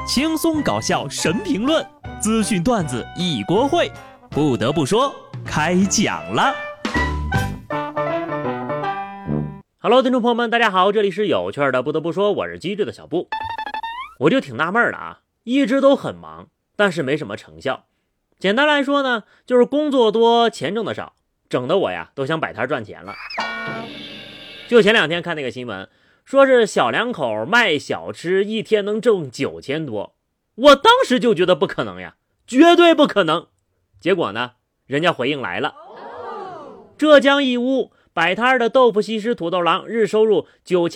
轻松搞笑神评论，资讯段子一锅烩。不得不说，开讲了。 Hello， 听众朋友们，大家好，这里是有趣的。不得不说，我是机智的小布。我就挺纳闷的啊，一直都很忙，但是没什么成效。简单来说呢，就是工作多，钱挣得少，整得我呀都想摆摊赚钱了。就前2天看那个新闻，说是小两口卖小吃一天能挣9000多，我当时就觉得不可能呀，绝对不可能。结果呢，人家回应来了。浙江义乌摆摊的豆腐西施土豆郎日收入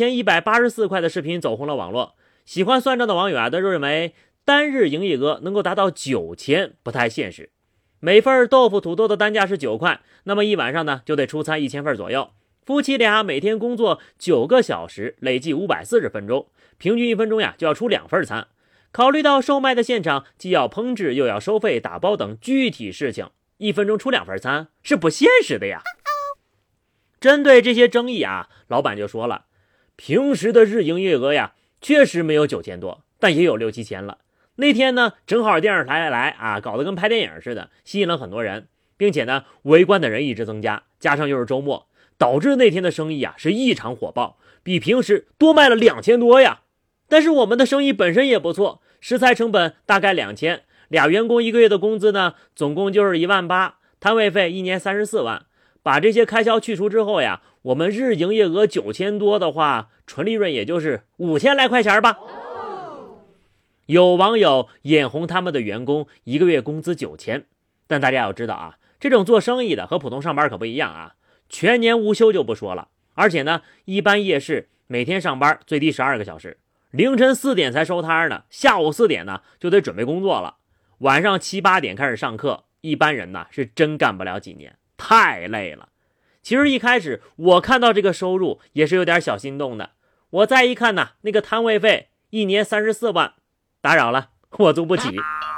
9184块的视频走红了网络。喜欢算账的网友都认为单日营业额能够达到9000不太现实。每份豆腐土豆的单价是9块，那么一晚上呢就得出餐1000份左右。夫妻俩每天工作9个小时，累计540分钟，平均1分钟呀就要出2份餐。考虑到售卖的现场既要烹制又要收费打包等具体事情，1分钟出2份餐是不现实的呀。针对这些争议啊，老板就说了，平时的日营业额呀确实没有9000多，但也有6、7千了。那天呢正好电视台来啊，搞得跟拍电影似的，吸引了很多人，并且呢围观的人一直增加，加上又是周末，导致那天的生意啊是异常火爆，比平时多卖了2000多呀。但是我们的生意本身也不错，食材成本大概2000，俩员工1个月的工资呢总共就是18000，摊位费1年34万。把这些开销去除之后呀，我们日营业额9000多的话，纯利润也就是5000来块钱吧。有网友眼红他们的员工1个月工资9000，但大家要知道啊，这种做生意的和普通上班可不一样啊，全年无休就不说了，而且呢，一般夜市每天上班最低12个小时，凌晨4点才收摊呢，下午4点呢就得准备工作了，晚上7、8点开始上课，一般人呢是真干不了几年，太累了。其实一开始我看到这个收入也是有点小心动的，我再一看呢，那个摊位费1年34万，打扰了，我租不起。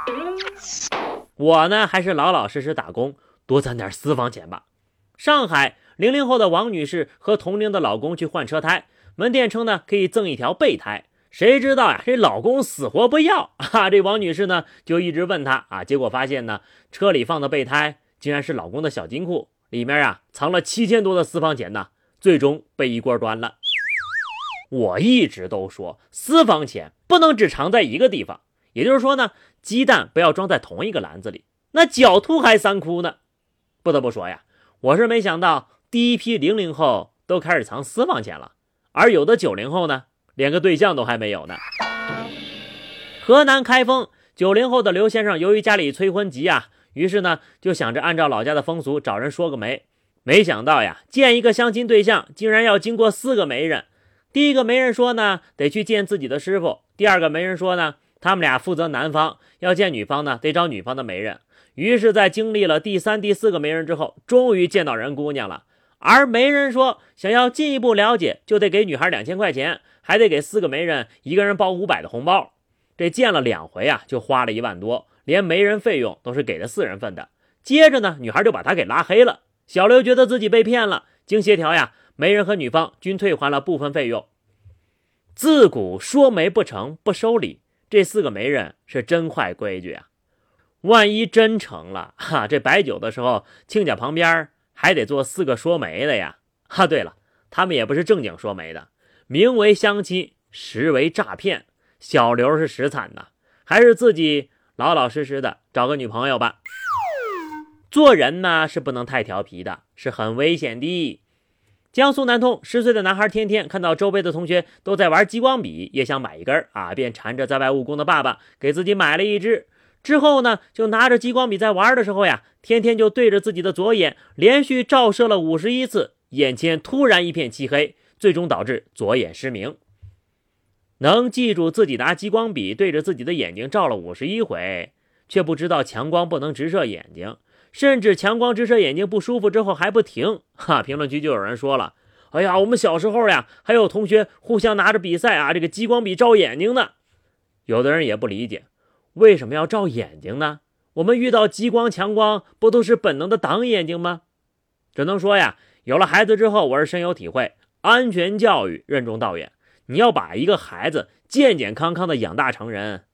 我呢还是老老实实打工，多攒点私房钱吧。上海00后的王女士和同龄的老公去换车胎，门店称呢可以赠一条备胎，谁知道呀，这老公死活不要啊！这王女士呢就一直问他啊，结果发现呢车里放的备胎竟然是老公的小金库，里面啊藏了7000多的私房钱呢，最终被一锅端了。我一直都说私房钱不能只藏在一个地方，也就是说呢，鸡蛋不要装在同一个篮子里，那狡兔还3窟呢。不得不说呀，我是没想到第一批00后都开始藏私房钱了，而有的90后呢连个对象都还没有呢。河南开封90后的刘先生由于家里催婚急啊，于是呢就想着按照老家的风俗找人说个媒，没想到呀，见一个相亲对象竟然要经过4个媒人。第一个媒人说呢得去见自己的师傅，第二个媒人说呢他们俩负责男方，要见女方呢得找女方的媒人。于是在经历了第3、第4个媒人之后，终于见到人姑娘了。而媒人说想要进一步了解就得给女孩2000块钱，还得给4个媒人一个人包500的红包。这见了2回啊就花了1万多，连媒人费用都是给的4人份的。接着呢女孩就把他给拉黑了。小刘觉得自己被骗了，经协调呀，媒人和女方均退还了部分费用。自古说媒不成不收礼，这4个媒人是真坏规矩啊。万一真成了这摆酒的时候亲家旁边还得做4个说媒的呀。对了，他们也不是正经说媒的，名为相亲，实为诈骗。小刘是实惨呐，还是自己老老实实的找个女朋友吧。做人呢是不能太调皮的，是很危险的。江苏南通10岁的男孩天天看到周围的同学都在玩激光笔，也想买一根便缠着在外务工的爸爸给自己买了一支。之后呢就拿着激光笔在玩的时候呀，天天就对着自己的左眼连续照射了51次，眼前突然一片漆黑，最终导致左眼失明。能记住自己拿激光笔对着自己的眼睛照了51回，却不知道强光不能直射眼睛，甚至强光直射眼睛不舒服之后还不停。评论区就有人说了，哎呀，我们小时候呀还有同学互相拿着比赛这个激光笔照眼睛呢。有的人也不理解为什么要照眼睛呢？我们遇到激光强光不都是本能的挡眼睛吗？只能说呀，有了孩子之后我是深有体会，安全教育任重道远，你要把一个孩子健健康康的养大成人，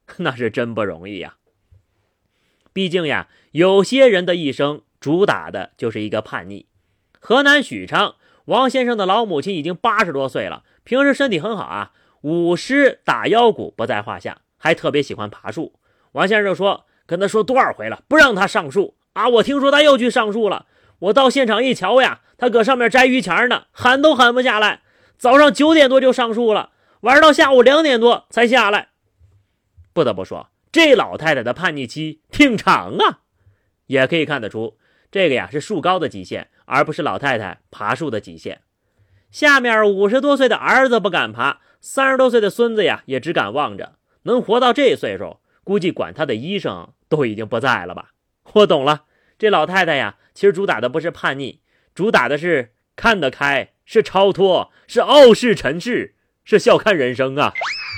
那是真不容易呀。毕竟呀，有些人的一生主打的就是一个叛逆。河南许昌王先生的老母亲已经80多岁了，平时身体很好啊，舞狮打腰鼓不在话下，还特别喜欢爬树。王先生就说，跟他说多少回了，不让他上树啊！我听说他又去上树了，我到现场一瞧呀，他搁上面摘榆钱呢，喊都喊不下来。早上9点多就上树了，晚上到下午2点多才下来。不得不说，这老太太的叛逆期挺长啊。也可以看得出，这个呀是树高的极限，而不是老太太爬树的极限。下面50多岁的儿子不敢爬，30多岁的孙子呀也只敢望着。能活到这岁数，估计管他的医生都已经不在了吧。我懂了，这老太太呀，其实主打的不是叛逆，主打的是看得开，是超脱，是傲视尘世，是笑看人生啊。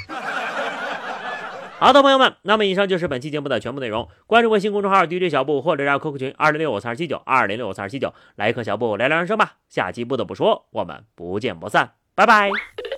好的，朋友们，那么以上就是本期节目的全部内容。关注微信公众号 DJ 小布，或者加 QQ 群20654279 20654279，来和小布聊聊人生吧。下期不得不说，我们不见不散，拜拜。